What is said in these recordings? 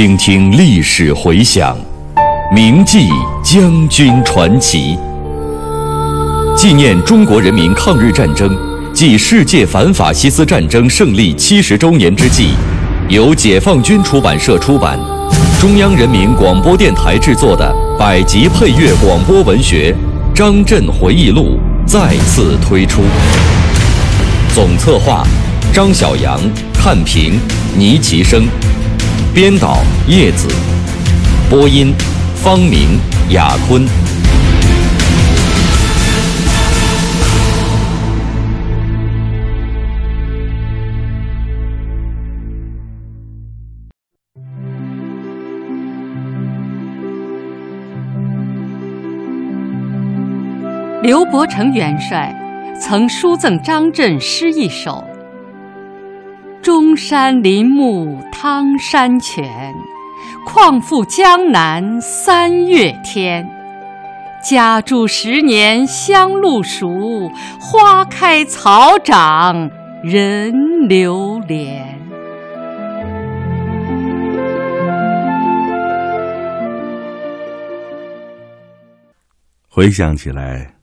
倾听历史回响，铭记将军传奇。纪念中国人民抗日战争暨世界反法西斯战争胜利70周年之际，由解放军出版社出版，中央人民广播电台制作的100集配乐广播文学《张震回忆录》再次推出。总策划张晓阳、看评倪其生，编导叶子，播音方明、雅坤。 刘伯承元帅曾书赠张震诗一首：中山陵墓汤山泉，况复江南3月天。家住10年香露熟，花开草长人流连。 回想起来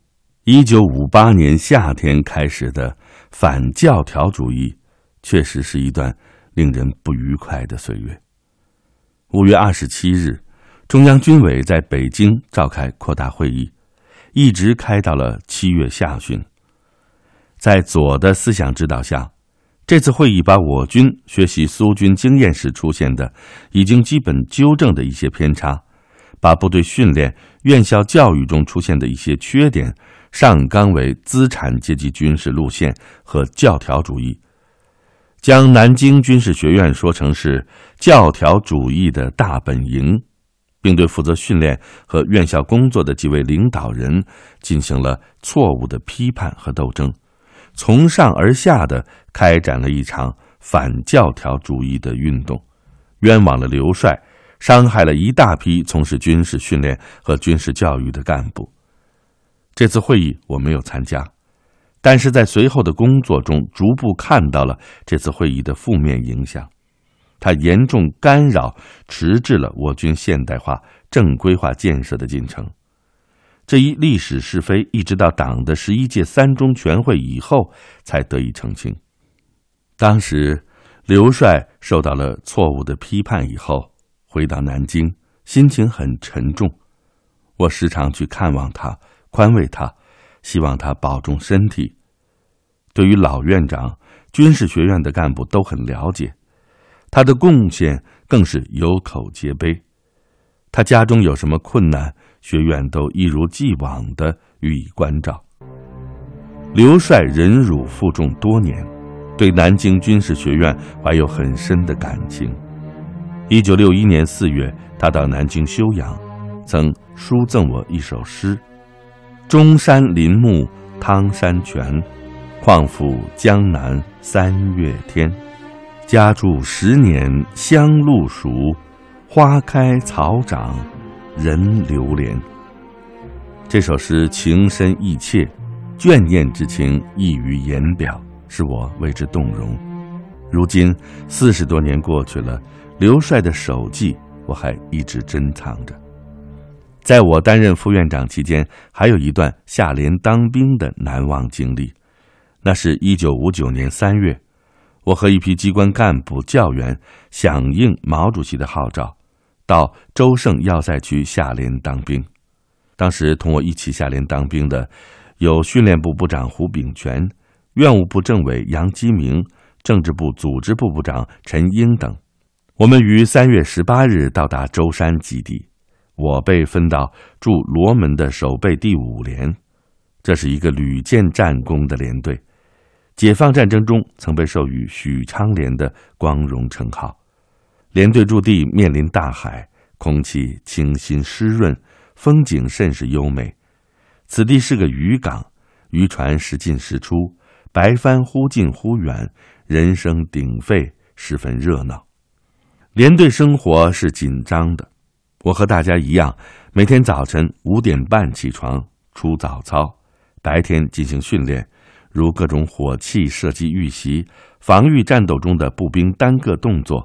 ，1958年夏天开始的反教条主义确实是一段令人不愉快的岁月。5月27日，中央军委在北京召开扩大会议，一直开到了7月下旬。在左的思想指导下，这次会议把我军学习苏军经验时出现的已经基本纠正的一些偏差，把部队训练、院校教育中出现的一些缺点上纲为资产阶级军事路线和教条主义，将南京军事学院说成是教条主义的大本营，并对负责训练和院校工作的几位领导人进行了错误的批判和斗争，从上而下地开展了一场反教条主义的运动，冤枉了刘帅，伤害了一大批从事军事训练和军事教育的干部。这次会议我没有参加，但是在随后的工作中逐步看到了这次会议的负面影响，它严重干扰、迟滞了我军现代化、正规化建设的进程。这一历史是非一直到党的11届3中全会以后才得以澄清。当时刘帅受到了错误的批判以后，回到南京，心情很沉重。我时常去看望他，宽慰他，希望他保重身体。对于老院长，军事学院的干部都很了解，他的贡献更是有口皆碑。他家中有什么困难，学院都一如既往地予以关照。刘帅忍辱负重多年，对南京军事学院怀有很深的感情。1961年4月，他到南京休养，曾书赠我一首诗：中山陵墓汤山泉，况复江南3月天。家住10年香露熟，花开草长人流连。这首诗情深意切，眷念之情溢于言表，使我为之动容。如今40多年过去了，刘帅的手记我还一直珍藏着。在我担任副院长期间，还有一段下连当兵的难忘经历。那是1959年3月，我和一批机关干部教员响应毛主席的号召，到周盛要塞区下连当兵。当时同我一起下连当兵的有训练部部长胡炳全、院务部政委杨基明、政治部组织部部长陈英等。我们于3月18日到达舟山基地，我被分到驻罗门的守备第5连，这是一个屡建战功的连队，解放战争中曾被授予许昌连的光荣称号。连队驻地面临大海，空气清新湿润，风景甚是优美。此地是个渔港，渔船时进时出，白帆忽近忽远，人声鼎沸，十分热闹。连队生活是紧张的，我和大家一样，每天早晨5点半起床出早操，白天进行训练，如各种火器射击预习、防御战斗中的步兵单个动作、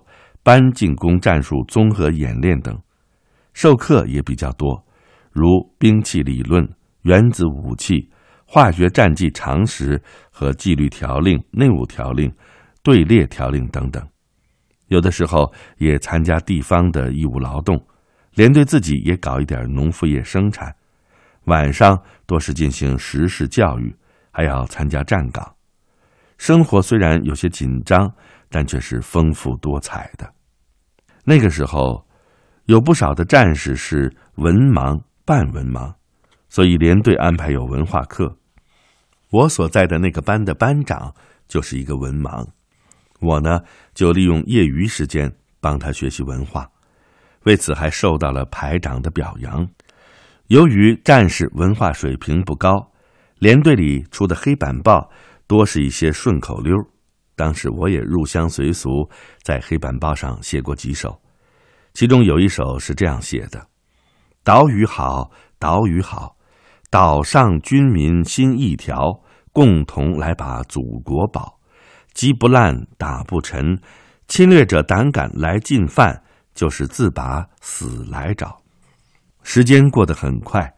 班进攻战术综合演练等，授课也比较多，如兵器理论、原子武器、化学战技常识和纪律条令、内务条令、队列条令等等。有的时候也参加地方的义务劳动，连队自己也搞一点农副业生产。晚上多是进行时事教育，还要参加站岗。生活虽然有些紧张，但却是丰富多彩的。那个时候有不少的战士是文盲、半文盲，所以连队安排有文化课。我所在的那个班的班长就是一个文盲，我呢就利用业余时间帮他学习文化，为此还受到了排长的表扬。由于战士文化水平不高，连队里出的黑板报多是一些顺口溜，当时我也入乡随俗，在黑板报上写过几首，其中有一首是这样写的：岛屿好，岛屿好，岛上军民心一条，共同来把祖国保。击不烂，打不沉，侵略者胆敢来进犯，就是自把死来找。时间过得很快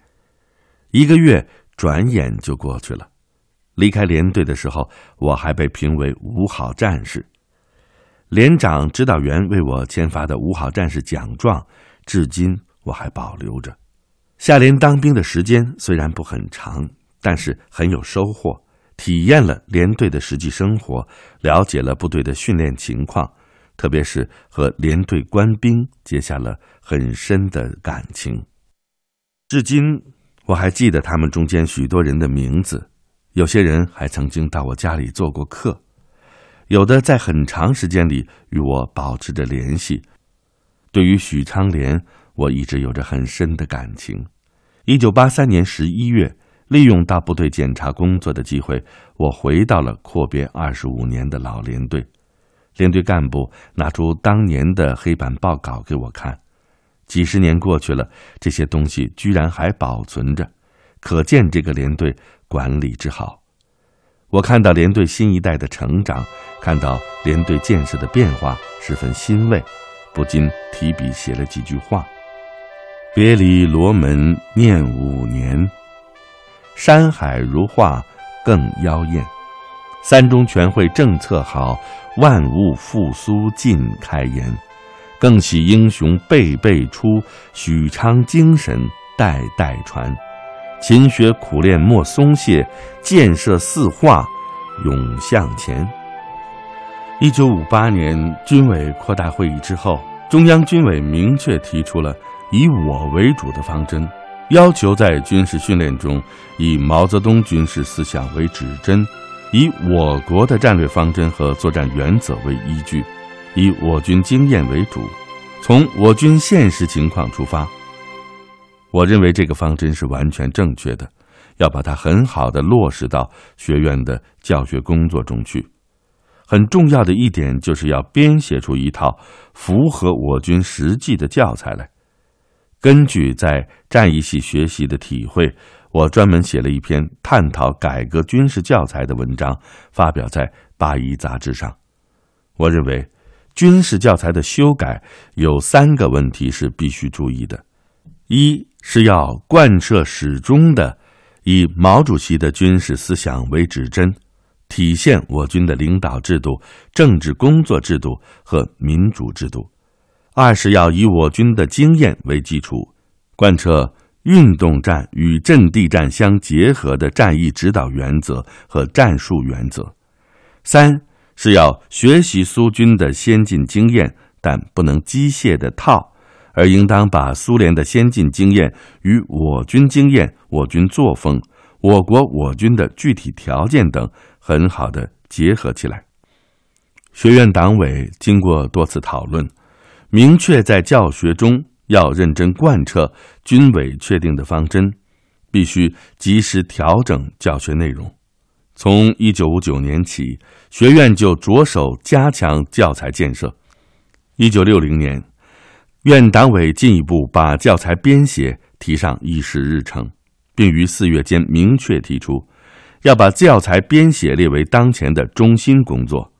，1个月转眼就过去了。离开连队的时候，我还被评为五好战士。连长指导员为我签发的五好战士奖状，至今我还保留着。下连当兵的时间虽然不很长，但是很有收获，体验了连队的实际生活，了解了部队的训练情况，特别是和连队官兵结下了很深的感情。至今我还记得他们中间许多人的名字，有些人还曾经到我家里做过客，有的在很长时间里与我保持着联系。对于许昌连，我一直有着很深的感情。1983年11月，利用到部队检查工作的机会，我回到了阔别25年的老连队。连队干部拿出当年的黑板报稿给我看，几十年过去了，这些东西居然还保存着，可见这个连队管理之好。我看到连队新一代的成长，看到连队建设的变化，十分欣慰，不禁提笔写了几句话：别离罗门念5年，山海如画更妖艳。三中全会政策好，万物复苏尽开颜。更喜英雄辈辈出，许昌精神代代传。勤学苦练莫松懈，建设四化永向前。1958年军委扩大会议之后，中央军委明确提出了以我为主的方针，要求在军事训练中以毛泽东军事思想为指针，以我国的战略方针和作战原则为依据，以我军经验为主，从我军现实情况出发。我认为这个方针是完全正确的，要把它很好地落实到学院的教学工作中去。很重要的一点就是要编写出一套符合我军实际的教材来。根据在战役系学习的体会，我专门写了一篇探讨改革军事教材的文章，发表在《八一》杂志上。我认为军事教材的修改有3个问题是必须注意的：一是要贯彻始终的以毛主席的军事思想为指针，体现我军的领导制度、政治工作制度和民主制度；二是要以我军的经验为基础，贯彻运动战与阵地战相结合的战役指导原则和战术原则；三是要学习苏军的先进经验，但不能机械的套，而应当把苏联的先进经验与我军经验、我军作风、我国我军的具体条件等很好的结合起来。学院党委经过多次讨论，明确在教学中要认真贯彻军委确定的方针，必须及时调整教学内容。从1959年起，学院就着手加强教材建设。1960年，院党委进一步把教材编写提上议事日程，并于4月间明确提出，要把教材编写列为当前的中心工作。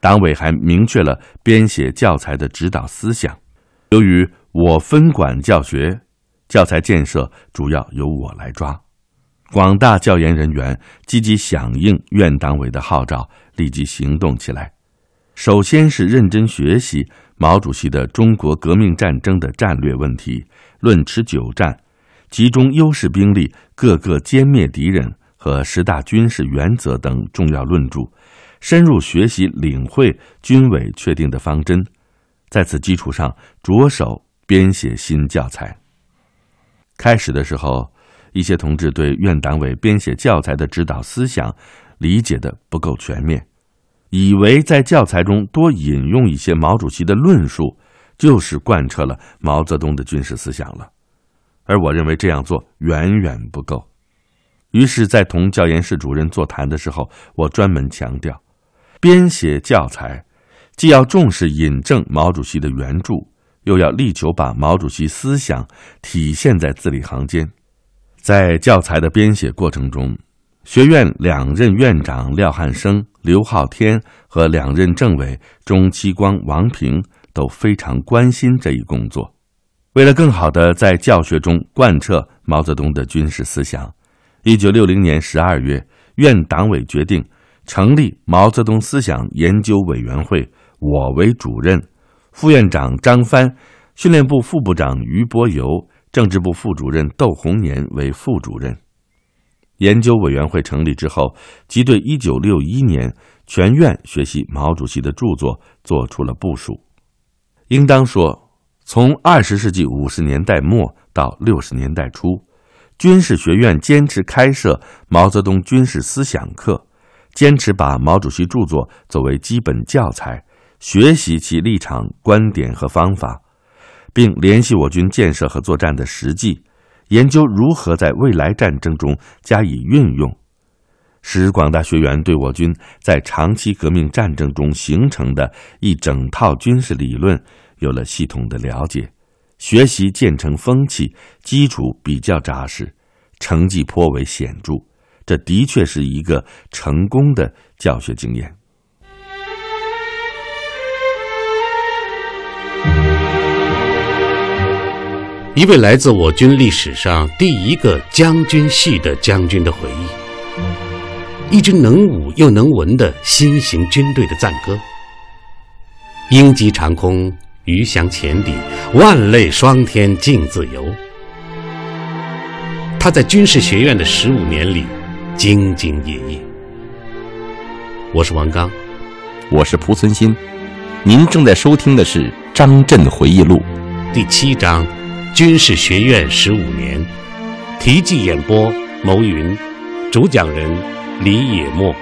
党委还明确了编写教材的指导思想。由于我分管教学，教材建设主要由我来抓。广大教研人员积极响应院党委的号召，立即行动起来。首先是认真学习毛主席的中国革命战争的战略问题，论持久战，集中优势兵力，各个歼灭敌人和10大军事原则等重要论著，深入学习领会军委确定的方针，在此基础上着手编写新教材。开始的时候，一些同志对院党委编写教材的指导思想理解得不够全面，以为在教材中多引用一些毛主席的论述，就是贯彻了毛泽东的军事思想了。而我认为这样做远远不够。于是在同教研室主任座谈的时候，我专门强调，编写教材既要重视引证毛主席的原著，又要力求把毛主席思想体现在字里行间。在教材的编写过程中，学院2任院长廖汉生、刘浩天和2任政委钟期光、王平都非常关心这一工作。为了更好地在教学中贯彻毛泽东的军事思想，1960年12月，院党委决定成立毛泽东思想研究委员会，我为主任，副院长张帆，训练部副部长于伯猷，政治部副主任窦洪年为副主任。研究委员会成立之后，即对1961年全院学习毛主席的著作做出了部署。应当说，从20世纪50年代末到60年代初，军事学院坚持开设毛泽东军事思想课，坚持把毛主席著作作为基本教材，学习其立场、观点和方法，并联系我军建设和作战的实际，研究如何在未来战争中加以运用，使广大学员对我军在长期革命战争中形成的一整套军事理论有了系统的了解，学习渐成风气，基础比较扎实，成绩颇为显著。这的确是一个成功的教学经验。 一位来自我军历史上第一个将军系的将军的回忆，一支能武又能文的新型军队的赞歌。鹰击长空，鱼翔浅底，万类霜天竞自由。他在军事学院的15年里兢兢业业。我是王刚， 我是蒲存昕，您正在收听的是《张震回忆录》 第7章军事学院15年，题记演播牟云，主讲人李野墨。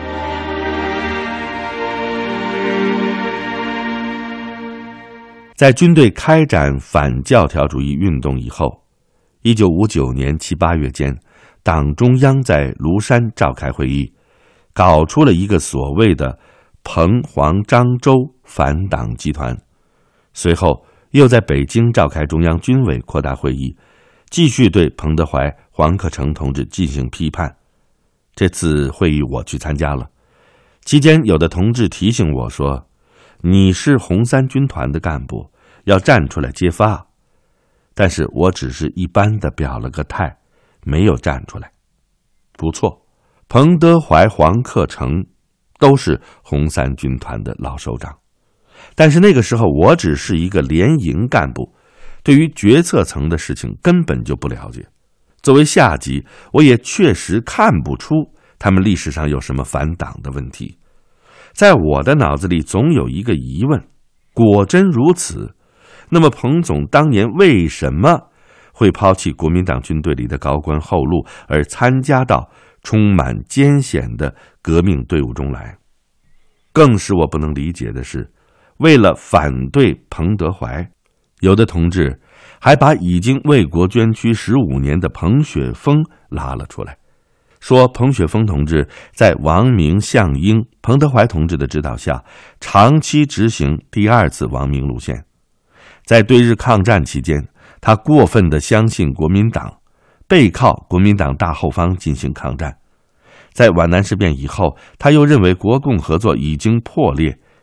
在军队开展反教条主义运动以后，1959年7、8月间，党中央在庐山召开会议，搞出了一个所谓的彭黄张周反党集团。随后又在北京召开中央军委扩大会议，继续对彭德怀、黄克诚同志进行批判。这次会议我去参加了，期间有的同志提醒我说，你是红三军团的干部，要站出来揭发。但是我只是一般的表了个态，没有站出来。不错，彭德怀、黄克诚都是红三军团的老首长，但是那个时候我只是一个连营干部，对于决策层的事情根本就不了解。作为下级，我也确实看不出他们历史上有什么反党的问题。在我的脑子里总有一个疑问，果真如此，那么彭总当年为什么会抛弃国民党军队里的高官厚禄，而参加到充满艰险的革命队伍中来？更使我不能理解的是，为了反对彭德怀，有的同志还把已经为国捐躯15年的彭雪枫拉了出来，说彭雪枫同志在王明、项英、彭德怀同志的指导下，长期执行第2次王明路线。在对日抗战期间，他过分地相信国民党，背靠国民党大后方进行抗战。在皖南事变以后，他又认为国共合作已经破裂，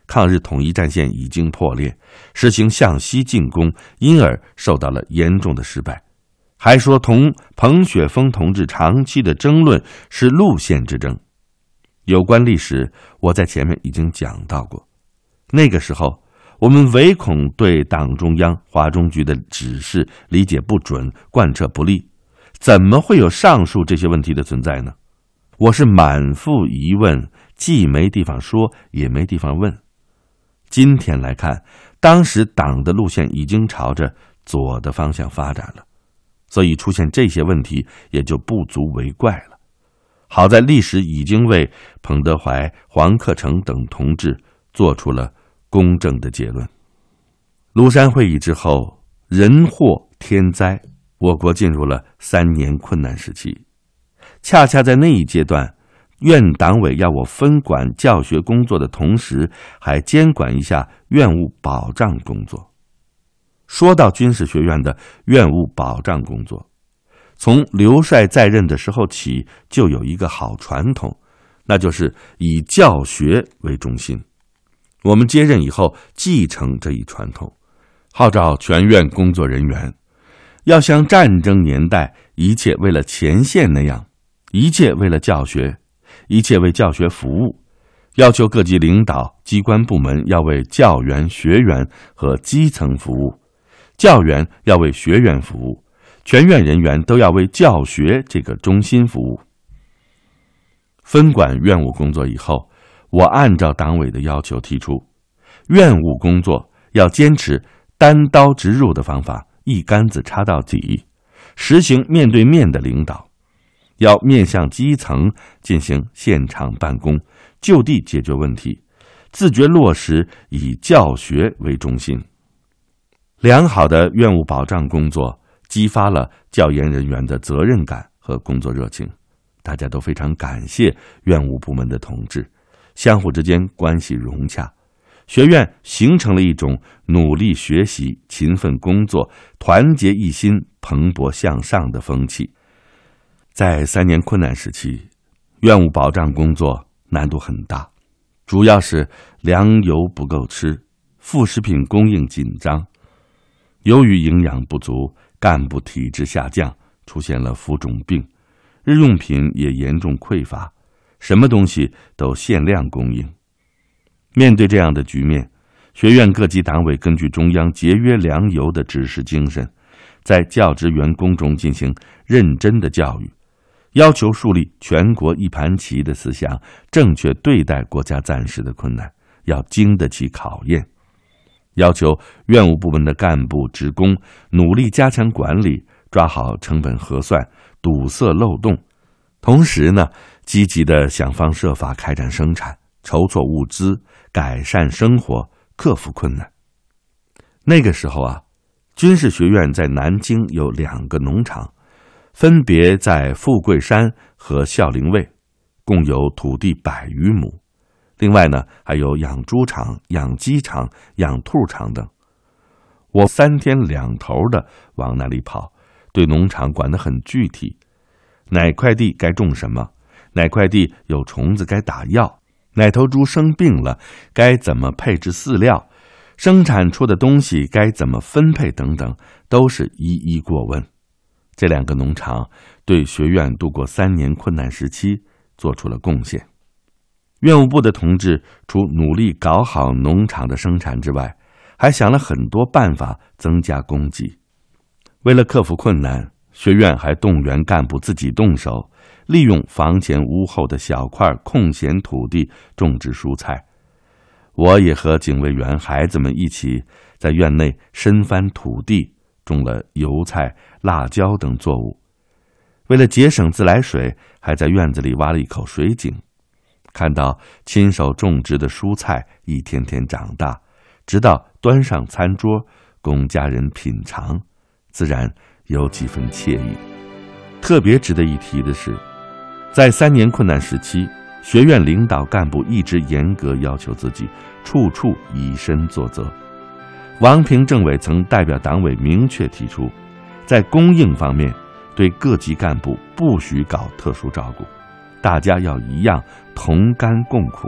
抗日统一战线已经破裂，实行向西进攻，因而受到了严重的失败。还说同彭雪枫同志长期的争论是路线之争。有关历史，我在前面已经讲到过。那个时候，我们唯恐对党中央、华中局的指示理解不准、贯彻不力，怎么会有上述这些问题的存在呢？我是满腹疑问，既没地方说，也没地方问。今天来看，当时党的路线已经朝着左的方向发展了，所以出现这些问题也就不足为怪了。好在历史已经为彭德怀、黄克诚等同志做出了公正的结论。庐山会议之后，人祸天灾，我国进入了3年困难时期。恰恰在那一阶段，院党委要我分管教学工作的同时，还监管一下院务保障工作。说到军事学院的院务保障工作，从刘帅在任的时候起，就有一个好传统，那就是以教学为中心。我们接任以后，继承这一传统，号召全院工作人员要像战争年代一切为了前线那样，一切为了教学，一切为教学服务，要求各级领导机关部门要为教员、学员和基层服务，教员要为学员服务，全院人员都要为教学这个中心服务。分管院务工作以后，我按照党委的要求提出，院务工作要坚持单刀直入的方法，一竿子插到底，实行面对面的领导，要面向基层进行现场办公，就地解决问题，自觉落实以教学为中心。良好的院务保障工作激发了教研人员的责任感和工作热情，大家都非常感谢院务部门的同志，相互之间关系融洽，学院形成了一种努力学习、勤奋工作、团结一心、蓬勃向上的风气。在3年困难时期，院务保障工作难度很大，主要是粮油不够吃，副食品供应紧张。由于营养不足，干部体质下降，出现了浮肿病，日用品也严重匮乏，什么东西都限量供应。面对这样的局面，学院各级党委根据中央节约粮油的指示精神，在教职员工中进行认真的教育，要求树立全国一盘棋的思想，正确对待国家暂时的困难，要经得起考验。要求院务部门的干部职工努力加强管理，抓好成本核算，堵塞漏洞，同时呢，积极的想方设法开展生产，筹措物资，改善生活，克服困难。那个时候啊，军事学院在南京有2个农场，分别在富贵山和孝陵卫，共有土地100余亩。另外呢，还有养猪场、养鸡场、养兔场等。我3天2头的往那里跑，对农场管得很具体，哪块地该种什么，哪块地有虫子该打药，哪头猪生病了该怎么配置饲料，生产出的东西该怎么分配等等，都是一一过问。这2个农场对学院度过3年困难时期做出了贡献。院务部的同志除努力搞好农场的生产之外，还想了很多办法增加供给。为了克服困难，学院还动员干部自己动手，利用房前屋后的小块空闲土地种植蔬菜。我也和警卫员孩子们一起在院内深翻土地，种了油菜、辣椒等作物。为了节省自来水，还在院子里挖了一口水井。看到亲手种植的蔬菜一天天长大，直到端上餐桌供家人品尝，自然有几分惬意。特别值得一提的是，在3年困难时期，学院领导干部一直严格要求自己，处处以身作则。王平政委曾代表党委明确提出，在供应方面对各级干部不许搞特殊照顾，大家要一样同甘共苦，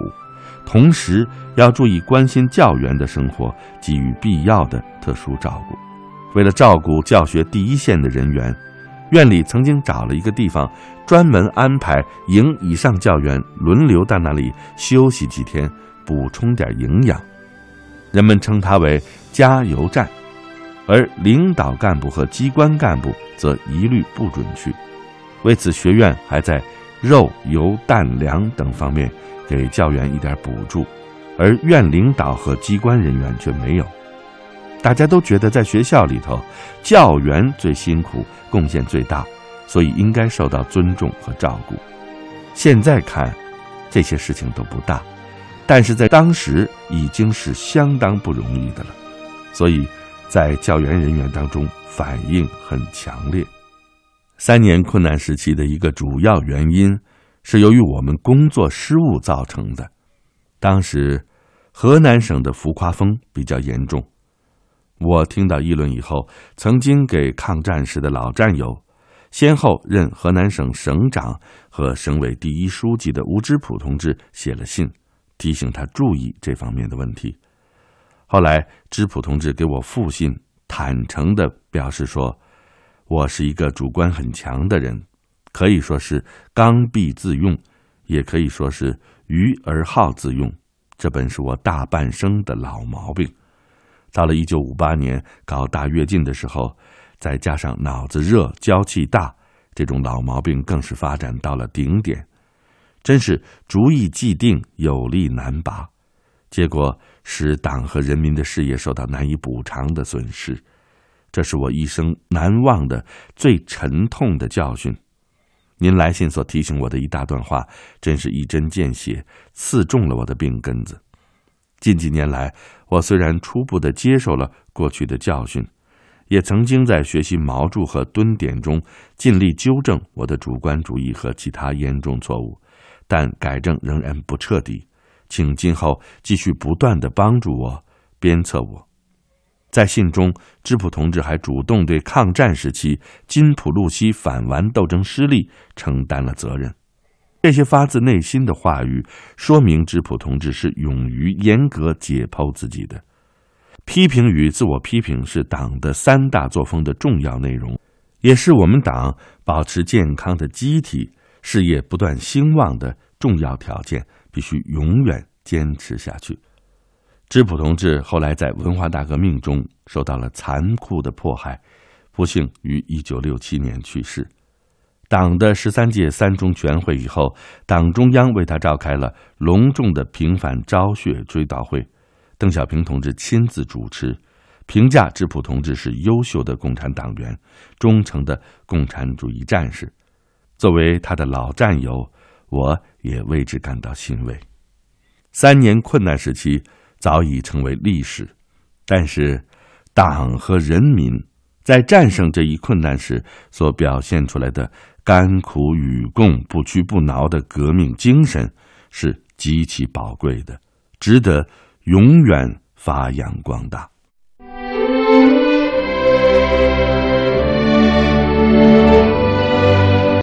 同时要注意关心教员的生活，给予必要的特殊照顾。为了照顾教学第一线的人员，院里曾经找了一个地方，专门安排营以上教员轮流到那里休息几天，补充点营养。人们称它为加油站，而领导干部和机关干部则一律不准去。为此，学院还在肉、油、蛋、粮等方面给教员一点补助，而院领导和机关人员却没有。大家都觉得在学校里头，教员最辛苦，贡献最大，所以应该受到尊重和照顾。现在看，这些事情都不大，但是在当时已经是相当不容易的了，所以在教员人员当中反应很强烈。3年困难时期的一个主要原因是由于我们工作失误造成的。当时河南省的浮夸风比较严重，我听到议论以后，曾经给抗战时的老战友，先后任河南省省长和省委第一书记的吴芝圃同志写了信，提醒他注意这方面的问题。后来芝圃同志给我复信，坦诚地表示说，我是一个主观很强的人，可以说是刚愎自用，也可以说是愚而好自用，这本是我大半生的老毛病。到了1958年搞大跃进的时候，再加上脑子热、娇气大，这种老毛病更是发展到了顶点，真是主意既定，有力难拔，结果使党和人民的事业受到难以补偿的损失。这是我一生难忘的最沉痛的教训。您来信所提醒我的一大段话，真是一针见血，刺中了我的病根子。近几年来，我虽然初步地接受了过去的教训，也曾经在学习毛著和敦典中尽力纠正我的主观主义和其他严重错误，但改正仍然不彻底，请今后继续不断地帮助我，鞭策我。在信中，芝圃同志还主动对抗战时期津浦路西反顽斗争失利承担了责任。这些发自内心的话语，说明芝圃同志是勇于严格解剖自己的。批评与自我批评是党的3大作风的重要内容，也是我们党保持健康的机体、事业不断兴旺的重要条件，必须永远坚持下去。芝圃同志后来在文化大革命中受到了残酷的迫害，不幸于1967年去世。党的13届3中全会以后，党中央为他召开了隆重的平反昭雪追悼会，邓小平同志亲自主持，评价芝圃同志是优秀的共产党员，忠诚的共产主义战士。作为他的老战友，我也为之感到欣慰。3年困难时期早已成为历史，但是党和人民在战胜这一困难时所表现出来的甘苦与共、不屈不挠的革命精神是极其宝贵的，值得永远发扬光大。